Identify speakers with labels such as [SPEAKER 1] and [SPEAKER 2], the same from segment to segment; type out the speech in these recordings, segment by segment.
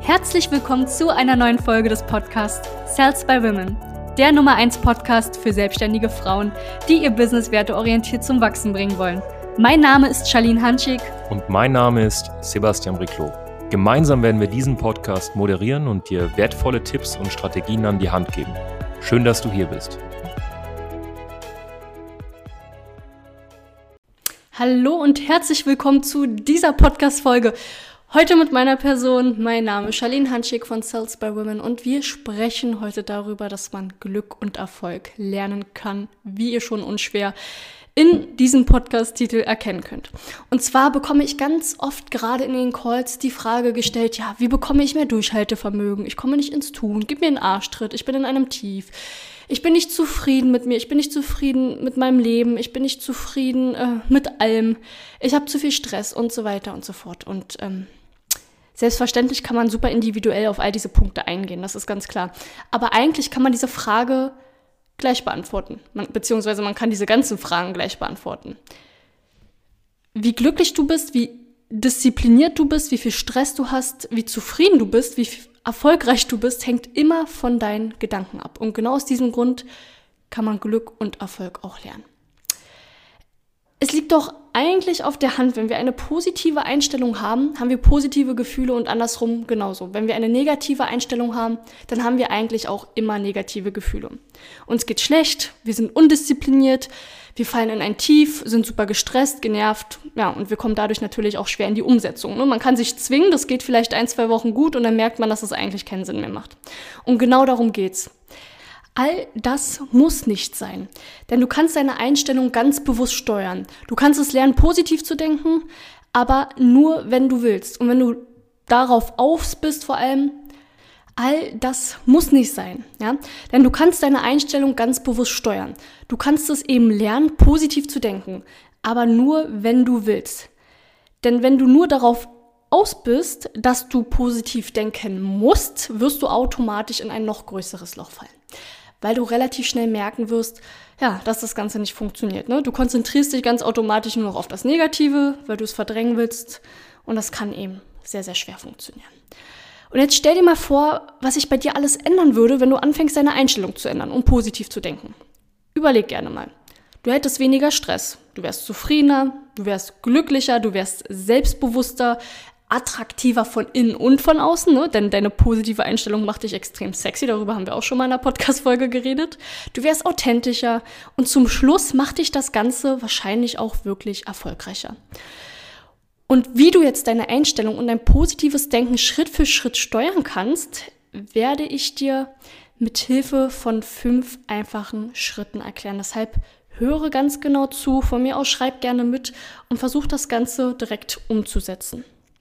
[SPEAKER 1] Herzlich willkommen zu einer neuen Folge des Podcasts Sales by Women, der Nummer 1 Podcast für selbstständige Frauen, die ihr Business werteorientiert zum Wachsen bringen wollen. Mein Name ist Charlene Hanschig.
[SPEAKER 2] Und mein Name ist Sebastian Briclot. Gemeinsam werden wir diesen Podcast moderieren und dir wertvolle Tipps und Strategien an die Hand geben. Schön, dass du hier bist.
[SPEAKER 1] Hallo und herzlich willkommen zu dieser Podcast-Folge. Heute mit meiner Person. Mein Name ist Charlene Hanschig von Sales by Women und wir sprechen heute darüber, dass man Glück und Erfolg lernen kann, wie ihr schon unschwer in diesem Podcast-Titel erkennen könnt. Und zwar bekomme ich ganz oft gerade in den Calls die Frage gestellt, ja, wie bekomme ich mehr Durchhaltevermögen? Ich komme nicht ins Tun, gib mir einen Arschtritt, ich bin in einem Tief. Ich bin nicht zufrieden mit mir, ich bin nicht zufrieden mit meinem Leben, ich bin nicht zufrieden mit allem, ich habe zu viel Stress und so weiter und so fort. Und selbstverständlich kann man super individuell auf all diese Punkte eingehen, das ist ganz klar. Aber eigentlich kann man diese Frage gleich beantworten, beziehungsweise man kann diese ganzen Fragen gleich beantworten. Wie glücklich du bist, wie diszipliniert du bist, wie viel Stress du hast, wie zufrieden du bist, wie erfolgreich du bist, hängt immer von deinen Gedanken ab. Und genau aus diesem Grund kann man Glück und Erfolg auch lernen. Es liegt doch eigentlich auf der Hand, wenn wir eine positive Einstellung haben, haben wir positive Gefühle und andersrum genauso. Wenn wir eine negative Einstellung haben, dann haben wir eigentlich auch immer negative Gefühle. Uns geht schlecht, wir sind undiszipliniert, wir fallen in ein Tief, sind super gestresst, genervt, ja, und wir kommen dadurch natürlich auch schwer in die Umsetzung. Ne? Man kann sich zwingen, das geht vielleicht 1-2 Wochen gut und dann merkt man, dass es eigentlich keinen Sinn mehr macht. Und genau darum geht's. All das muss nicht sein, denn du kannst deine Einstellung ganz bewusst steuern. Du kannst es lernen, positiv zu denken, aber nur, wenn du willst. Und wenn du darauf aus bist vor allem, all das muss nicht sein, ja? Denn du kannst deine Einstellung ganz bewusst steuern. Du kannst es eben lernen, positiv zu denken, aber nur, wenn du willst. Denn wenn du nur darauf aus bist, dass du positiv denken musst, wirst du automatisch in ein noch größeres Loch fallen. Weil du relativ schnell merken wirst, ja, dass das Ganze nicht funktioniert. Ne? Du konzentrierst dich ganz automatisch nur noch auf das Negative, weil du es verdrängen willst. Und das kann eben sehr, sehr schwer funktionieren. Und jetzt stell dir mal vor, was sich bei dir alles ändern würde, wenn du anfängst, deine Einstellung zu ändern und positiv zu denken. Überleg gerne mal. Du hättest weniger Stress, du wärst zufriedener, du wärst glücklicher, du wärst selbstbewusster, attraktiver von innen und von außen, ne? Denn deine positive Einstellung macht dich extrem sexy, darüber haben wir auch schon mal in einer Podcast-Folge geredet. Du wärst authentischer und zum Schluss macht dich das Ganze wahrscheinlich auch wirklich erfolgreicher. Und wie du jetzt deine Einstellung und dein positives Denken Schritt für Schritt steuern kannst, werde ich dir mit Hilfe von 5 einfachen Schritten erklären. Deshalb höre ganz genau zu, von mir aus schreib gerne mit und versuch das Ganze direkt umzusetzen.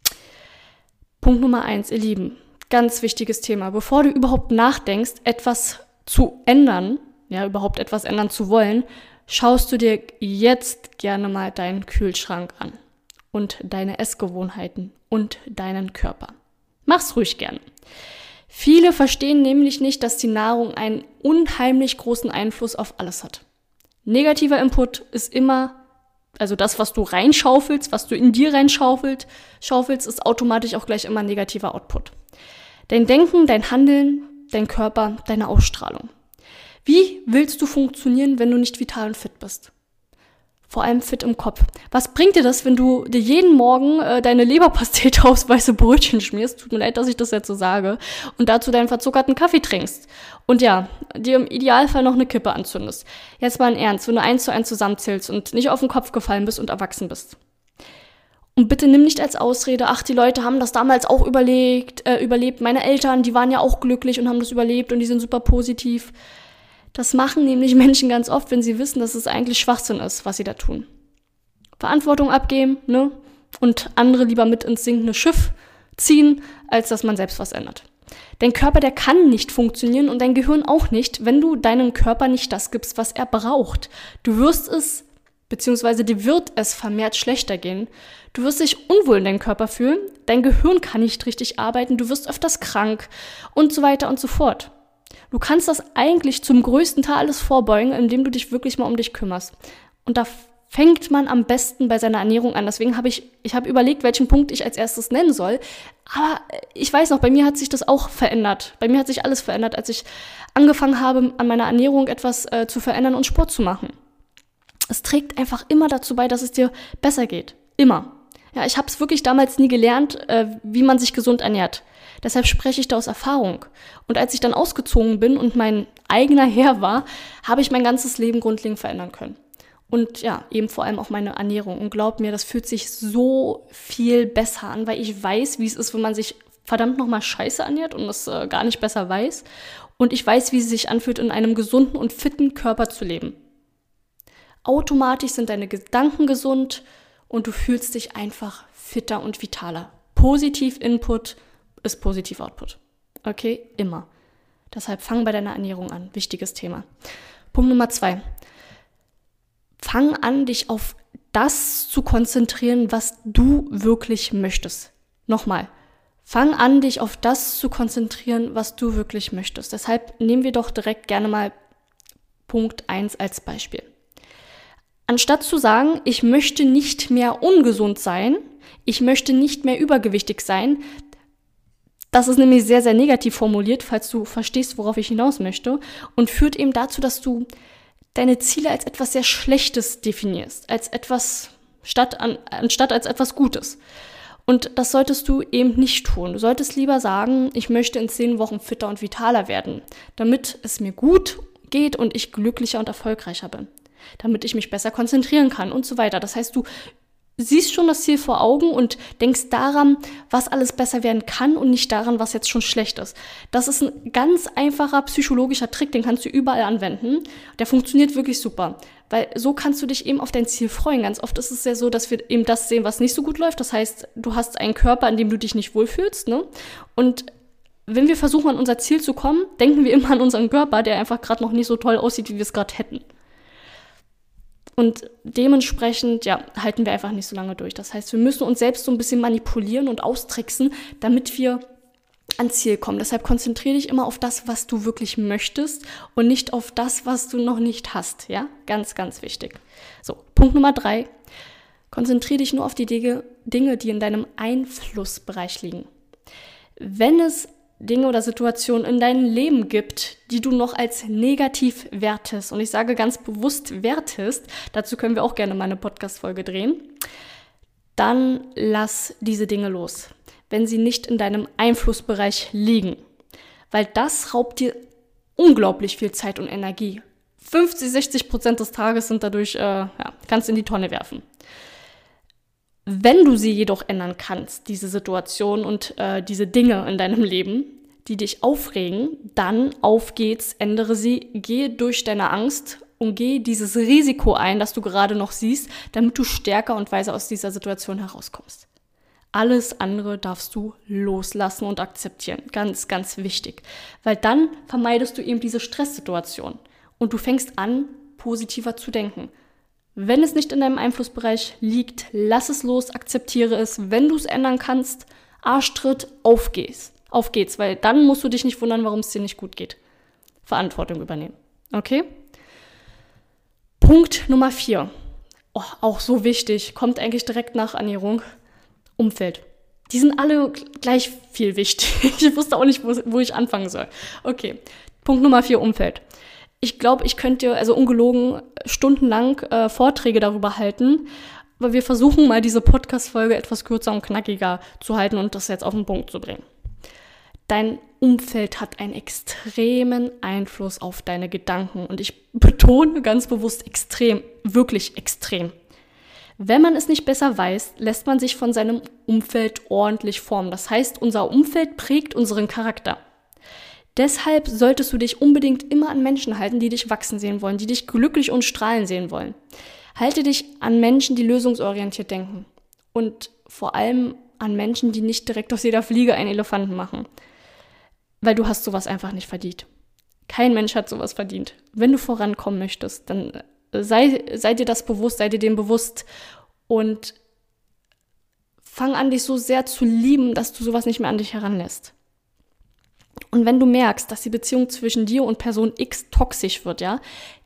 [SPEAKER 1] Punkt Nummer 1, ihr Lieben, ganz wichtiges Thema. Bevor du überhaupt nachdenkst, etwas zu ändern, ja, überhaupt etwas ändern zu wollen, schaust du dir jetzt gerne mal deinen Kühlschrank an und deine Essgewohnheiten und deinen Körper. Mach's ruhig gern. Viele verstehen nämlich nicht, dass die Nahrung einen unheimlich großen Einfluss auf alles hat. Negativer Input ist immer, also das, was du reinschaufelst, was du in dir reinschaufelst, ist automatisch auch gleich immer negativer Output. Dein Denken, dein Handeln, dein Körper, deine Ausstrahlung. Wie willst du funktionieren, wenn du nicht vital und fit bist? Vor allem fit im Kopf. Was bringt dir das, wenn du dir jeden Morgen deine Leberpastete aufs weiße Brötchen schmierst? Tut mir leid, dass ich das jetzt so sage. Und dazu deinen verzuckerten Kaffee trinkst. Und ja, dir im Idealfall noch eine Kippe anzündest. Jetzt mal im Ernst, wenn du 1:1 zusammenzählst und nicht auf den Kopf gefallen bist und erwachsen bist. Und bitte nimm nicht als Ausrede, ach, die Leute haben das damals auch überlebt. Meine Eltern, die waren ja auch glücklich und haben das überlebt und die sind super positiv. Das machen nämlich Menschen ganz oft, wenn sie wissen, dass es eigentlich Schwachsinn ist, was sie da tun. Verantwortung abgeben, ne? Und andere lieber mit ins sinkende Schiff ziehen, als dass man selbst was ändert. Dein Körper, der kann nicht funktionieren und dein Gehirn auch nicht, wenn du deinem Körper nicht das gibst, was er braucht. Du wirst es, beziehungsweise dir wird es vermehrt schlechter gehen. Du wirst dich unwohl in deinem Körper fühlen, dein Gehirn kann nicht richtig arbeiten, du wirst öfters krank und so weiter und so fort. Du kannst das eigentlich zum größten Teil alles vorbeugen, indem du dich wirklich mal um dich kümmerst. Und da fängt man am besten bei seiner Ernährung an. Deswegen habe ich überlegt, welchen Punkt ich als erstes nennen soll. Aber ich weiß noch, bei mir hat sich das auch verändert. Bei mir hat sich alles verändert, als ich angefangen habe, an meiner Ernährung etwas zu verändern und Sport zu machen. Es trägt einfach immer dazu bei, dass es dir besser geht. Immer. Ja, ich habe es wirklich damals nie gelernt, wie man sich gesund ernährt. Deshalb spreche ich da aus Erfahrung. Und als ich dann ausgezogen bin und mein eigener Herr war, habe ich mein ganzes Leben grundlegend verändern können. Und ja, eben vor allem auch meine Ernährung. Und glaub mir, das fühlt sich so viel besser an, weil ich weiß, wie es ist, wenn man sich verdammt nochmal scheiße ernährt und es gar nicht besser weiß. Und ich weiß, wie es sich anfühlt, in einem gesunden und fitten Körper zu leben. Automatisch sind deine Gedanken gesund und du fühlst dich einfach fitter und vitaler. Positiv Input ist positiv Output. Okay? Immer. Deshalb fang bei deiner Ernährung an. Wichtiges Thema. Punkt Nummer 2. Fang an, dich auf das zu konzentrieren, was du wirklich möchtest. Nochmal. Fang an, dich auf das zu konzentrieren, was du wirklich möchtest. Deshalb nehmen wir doch direkt gerne mal Punkt 1 als Beispiel. Anstatt zu sagen, ich möchte nicht mehr ungesund sein, ich möchte nicht mehr übergewichtig sein, das ist nämlich sehr, sehr negativ formuliert, falls du verstehst, worauf ich hinaus möchte, und führt eben dazu, dass du deine Ziele als etwas sehr Schlechtes definierst, als etwas anstatt als etwas Gutes. Und das solltest du eben nicht tun. Du solltest lieber sagen, ich möchte in 10 Wochen fitter und vitaler werden, damit es mir gut geht und ich glücklicher und erfolgreicher bin, damit ich mich besser konzentrieren kann und so weiter. Das heißt, du siehst schon das Ziel vor Augen und denkst daran, was alles besser werden kann und nicht daran, was jetzt schon schlecht ist. Das ist ein ganz einfacher psychologischer Trick, den kannst du überall anwenden. Der funktioniert wirklich super, weil so kannst du dich eben auf dein Ziel freuen. Ganz oft ist es ja so, dass wir eben das sehen, was nicht so gut läuft. Das heißt, du hast einen Körper, in dem du dich nicht wohlfühlst, ne? Und wenn wir versuchen, an unser Ziel zu kommen, denken wir immer an unseren Körper, der einfach gerade noch nicht so toll aussieht, wie wir es gerade hätten. Und dementsprechend, ja, halten wir einfach nicht so lange durch. Das heißt, wir müssen uns selbst so ein bisschen manipulieren und austricksen, damit wir ans Ziel kommen. Deshalb konzentriere dich immer auf das, was du wirklich möchtest und nicht auf das, was du noch nicht hast. Ja, ganz, ganz wichtig. So, Punkt Nummer 3. Konzentriere dich nur auf die Dinge, die in deinem Einflussbereich liegen. Wenn es Dinge oder Situationen in deinem Leben gibt, die du noch als negativ wertest, und ich sage ganz bewusst wertest, dazu können wir auch gerne mal eine Podcast-Folge drehen, dann lass diese Dinge los, wenn sie nicht in deinem Einflussbereich liegen. Weil das raubt dir unglaublich viel Zeit und Energie. 50-60% des Tages sind dadurch, kannst du in die Tonne werfen. Wenn du sie jedoch ändern kannst, diese Situation und diese Dinge in deinem Leben, die dich aufregen, dann auf geht's, ändere sie, gehe durch deine Angst und gehe dieses Risiko ein, das du gerade noch siehst, damit du stärker und weiser aus dieser Situation herauskommst. Alles andere darfst du loslassen und akzeptieren. Ganz, ganz wichtig. Weil dann vermeidest du eben diese Stresssituation und du fängst an, positiver zu denken. Wenn es nicht in deinem Einflussbereich liegt, lass es los, akzeptiere es. Wenn du es ändern kannst, Arschtritt, auf geht's, weil dann musst du dich nicht wundern, warum es dir nicht gut geht. Verantwortung übernehmen. Okay? Punkt Nummer 4. Oh, auch so wichtig, kommt eigentlich direkt nach Ernährung. Umfeld. Die sind alle gleich viel wichtig. Ich wusste auch nicht, wo ich anfangen soll. Okay, Punkt Nummer 4, Umfeld. Ich glaube, ich könnte, also ungelogen, stundenlang Vorträge darüber halten, aber wir versuchen mal diese Podcast-Folge etwas kürzer und knackiger zu halten und das jetzt auf den Punkt zu bringen. Dein Umfeld hat einen extremen Einfluss auf deine Gedanken und ich betone ganz bewusst extrem, wirklich extrem. Wenn man es nicht besser weiß, lässt man sich von seinem Umfeld ordentlich formen. Das heißt, unser Umfeld prägt unseren Charakter. Deshalb solltest du dich unbedingt immer an Menschen halten, die dich wachsen sehen wollen, die dich glücklich und strahlen sehen wollen. Halte dich an Menschen, die lösungsorientiert denken. Und vor allem an Menschen, die nicht direkt aus jeder Fliege einen Elefanten machen. Weil du hast sowas einfach nicht verdient. Kein Mensch hat sowas verdient. Wenn du vorankommen möchtest, dann sei dir das bewusst, sei dir dem bewusst und fang an, dich so sehr zu lieben, dass du sowas nicht mehr an dich heranlässt. Und wenn du merkst, dass die Beziehung zwischen dir und Person X toxisch wird, ja,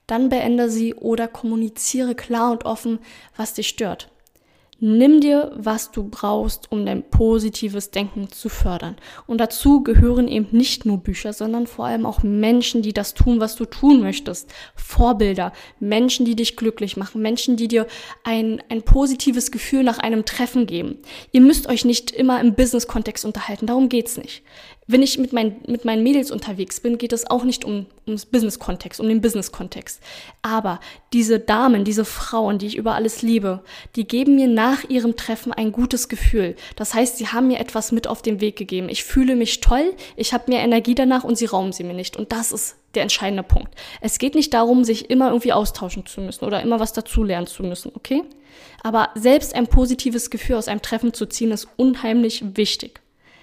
[SPEAKER 1] dann beende sie oder kommuniziere klar und offen, was dich stört. Nimm dir, was du brauchst, um dein positives Denken zu fördern. Und dazu gehören eben nicht nur Bücher, sondern vor allem auch Menschen, die das tun, was du tun möchtest. Vorbilder, Menschen, die dich glücklich machen, Menschen, die dir ein positives Gefühl nach einem Treffen geben. Ihr müsst euch nicht immer im Business-Kontext unterhalten, darum geht's nicht. Wenn ich mit meinen Mädels unterwegs bin, geht es auch nicht um den Business-Kontext. Aber diese Damen, diese Frauen, die ich über alles liebe, die geben mir nach ihrem Treffen ein gutes Gefühl. Das heißt, sie haben mir etwas mit auf den Weg gegeben. Ich fühle mich toll, ich habe mehr Energie danach und sie rauben sie mir nicht. Und das ist der entscheidende Punkt. Es geht nicht darum, sich immer irgendwie austauschen zu müssen oder immer was dazulernen zu müssen, okay? Aber selbst ein positives Gefühl aus einem Treffen zu ziehen, ist unheimlich wichtig.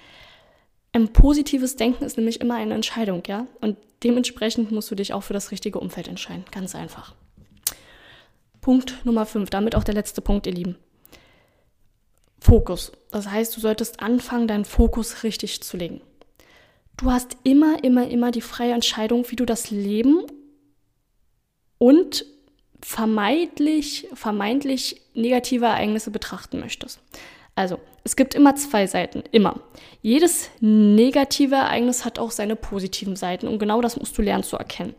[SPEAKER 1] Ein positives Denken ist nämlich immer eine Entscheidung, ja? Und dementsprechend musst du dich auch für das richtige Umfeld entscheiden. Ganz einfach. Punkt Nummer 5, damit auch der letzte Punkt, ihr Lieben. Fokus. Das heißt, du solltest anfangen, deinen Fokus richtig zu legen. Du hast immer die freie Entscheidung, wie du das Leben und vermeintlich negative Ereignisse betrachten möchtest. Also, es gibt immer zwei Seiten, immer. Jedes negative Ereignis hat auch seine positiven Seiten und genau das musst du lernen zu erkennen.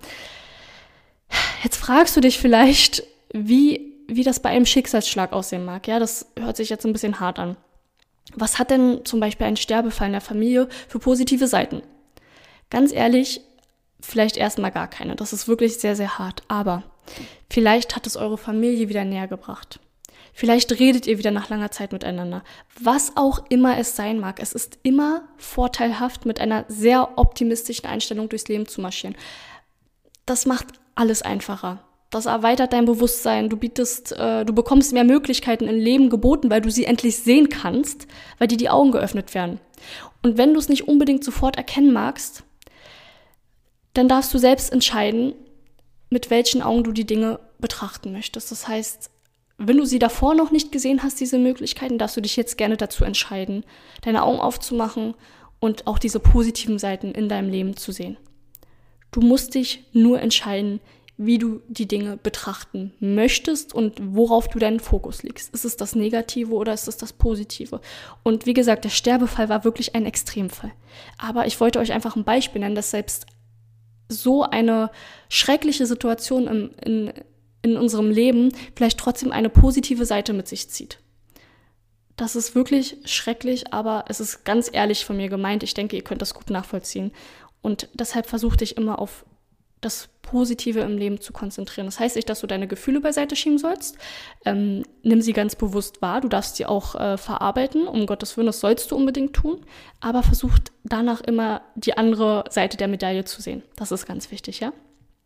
[SPEAKER 1] Jetzt fragst du dich vielleicht, wie das bei einem Schicksalsschlag aussehen mag. Ja, das hört sich jetzt ein bisschen hart an. Was hat denn zum Beispiel ein Sterbefall in der Familie für positive Seiten? Ganz ehrlich, vielleicht erstmal gar keine. Das ist wirklich sehr, sehr hart. Aber vielleicht hat es eure Familie wieder näher gebracht. Vielleicht redet ihr wieder nach langer Zeit miteinander. Was auch immer es sein mag, es ist immer vorteilhaft, mit einer sehr optimistischen Einstellung durchs Leben zu marschieren. Das macht alles einfacher. Das erweitert dein Bewusstsein. Du bekommst mehr Möglichkeiten im Leben geboten, weil du sie endlich sehen kannst, weil dir die Augen geöffnet werden. Und wenn du es nicht unbedingt sofort erkennen magst, dann darfst du selbst entscheiden, mit welchen Augen du die Dinge betrachten möchtest. Das heißt, wenn du sie davor noch nicht gesehen hast, diese Möglichkeiten, darfst du dich jetzt gerne dazu entscheiden, deine Augen aufzumachen und auch diese positiven Seiten in deinem Leben zu sehen. Du musst dich nur entscheiden, wie du die Dinge betrachten möchtest und worauf du deinen Fokus legst. Ist es das Negative oder ist es das Positive? Und wie gesagt, der Sterbefall war wirklich ein Extremfall. Aber ich wollte euch einfach ein Beispiel nennen, dass selbst so eine schreckliche Situation in unserem Leben vielleicht trotzdem eine positive Seite mit sich zieht. Das ist wirklich schrecklich, aber es ist ganz ehrlich von mir gemeint. Ich denke, ihr könnt das gut nachvollziehen. Und deshalb versuch dich immer auf das Positive im Leben zu konzentrieren. Das heißt nicht, dass du deine Gefühle beiseite schieben sollst. Nimm sie ganz bewusst wahr. Du darfst sie auch verarbeiten. Um Gottes Willen, das sollst du unbedingt tun. Aber versuch danach immer die andere Seite der Medaille zu sehen. Das ist ganz wichtig, ja?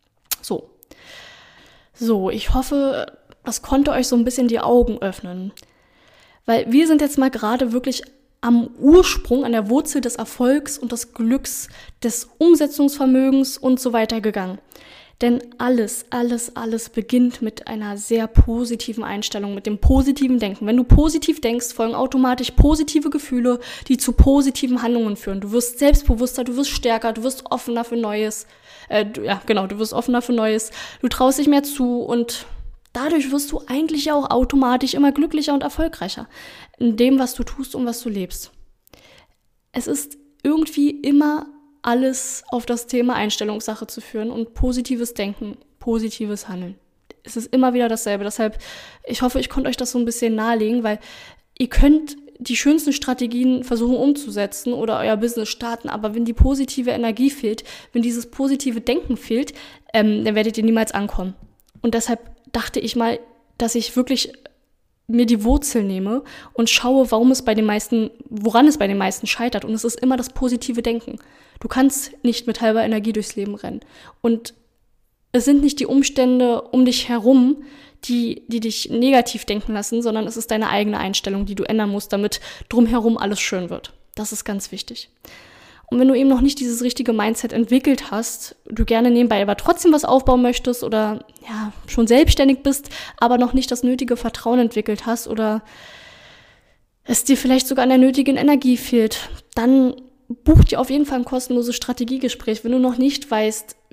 [SPEAKER 1] So, ich hoffe, das konnte euch so ein bisschen die Augen öffnen. Weil wir sind jetzt mal gerade wirklich am Ursprung, an der Wurzel des Erfolgs und des Glücks, des Umsetzungsvermögens und so weiter gegangen. Denn alles beginnt mit einer sehr positiven Einstellung, mit dem positiven Denken. Wenn du positiv denkst, folgen automatisch positive Gefühle, die zu positiven Handlungen führen. Du wirst selbstbewusster, du wirst stärker, du wirst offener für Neues. Du wirst offener für Neues. Du traust dich mehr zu und dadurch wirst du eigentlich auch automatisch immer glücklicher und erfolgreicher in dem, was du tust und was du lebst. Es ist irgendwie immer alles auf das Thema Einstellungssache zu führen und positives Denken, positives Handeln. Es ist immer wieder dasselbe. Deshalb, ich hoffe, ich konnte euch das so ein bisschen nahelegen, weil ihr könnt die schönsten Strategien versuchen umzusetzen oder euer Business starten, aber wenn die positive Energie fehlt, wenn dieses positive Denken fehlt, dann werdet ihr niemals ankommen. Und deshalb dachte ich mal, dass ich wirklich mir die Wurzel nehme und schaue, woran es bei den meisten scheitert. Und es ist immer das positive Denken. Du kannst nicht mit halber Energie durchs Leben rennen. Und es sind nicht die Umstände um dich herum, die dich negativ denken lassen, sondern es ist deine eigene Einstellung, die du ändern musst, damit drumherum alles schön wird. Das ist ganz wichtig. Und wenn du eben noch nicht dieses richtige Mindset entwickelt hast, du gerne nebenbei aber trotzdem was aufbauen möchtest oder ja schon selbstständig bist, aber noch nicht das nötige Vertrauen entwickelt hast oder es dir vielleicht sogar an der nötigen Energie fehlt, dann buch dir auf jeden Fall ein kostenloses Strategiegespräch, wenn du noch nicht weißt,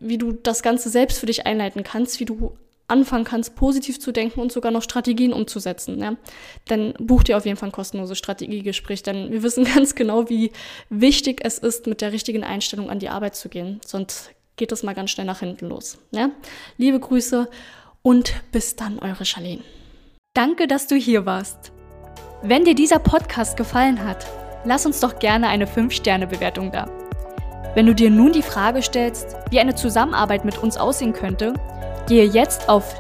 [SPEAKER 1] wie du das Ganze selbst für dich einleiten kannst, wie du anfangen kannst, positiv zu denken und sogar noch Strategien umzusetzen, ja, dann buch dir auf jeden Fall ein kostenloses Strategiegespräch, denn wir wissen ganz genau, wie wichtig es ist, mit der richtigen Einstellung an die Arbeit zu gehen, sonst geht es mal ganz schnell nach hinten los. Ja? Liebe Grüße und bis dann, eure Charlene.
[SPEAKER 3] Danke, dass du hier warst. Wenn dir dieser Podcast gefallen hat, lass uns doch gerne eine 5-Sterne-Bewertung da. Wenn du dir nun die Frage stellst, wie eine Zusammenarbeit mit uns aussehen könnte, gehe jetzt auf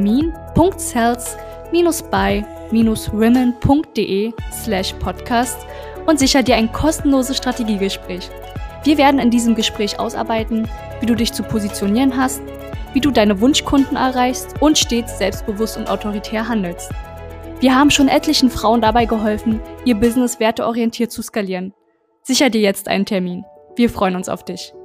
[SPEAKER 3] termin.sales-by-women.de/podcast und sicher dir ein kostenloses Strategiegespräch. Wir werden in diesem Gespräch ausarbeiten, wie du dich zu positionieren hast, wie du deine Wunschkunden erreichst und stets selbstbewusst und autoritär handelst. Wir haben schon etlichen Frauen dabei geholfen, ihr Business werteorientiert zu skalieren. Sicher dir jetzt einen Termin. Wir freuen uns auf dich.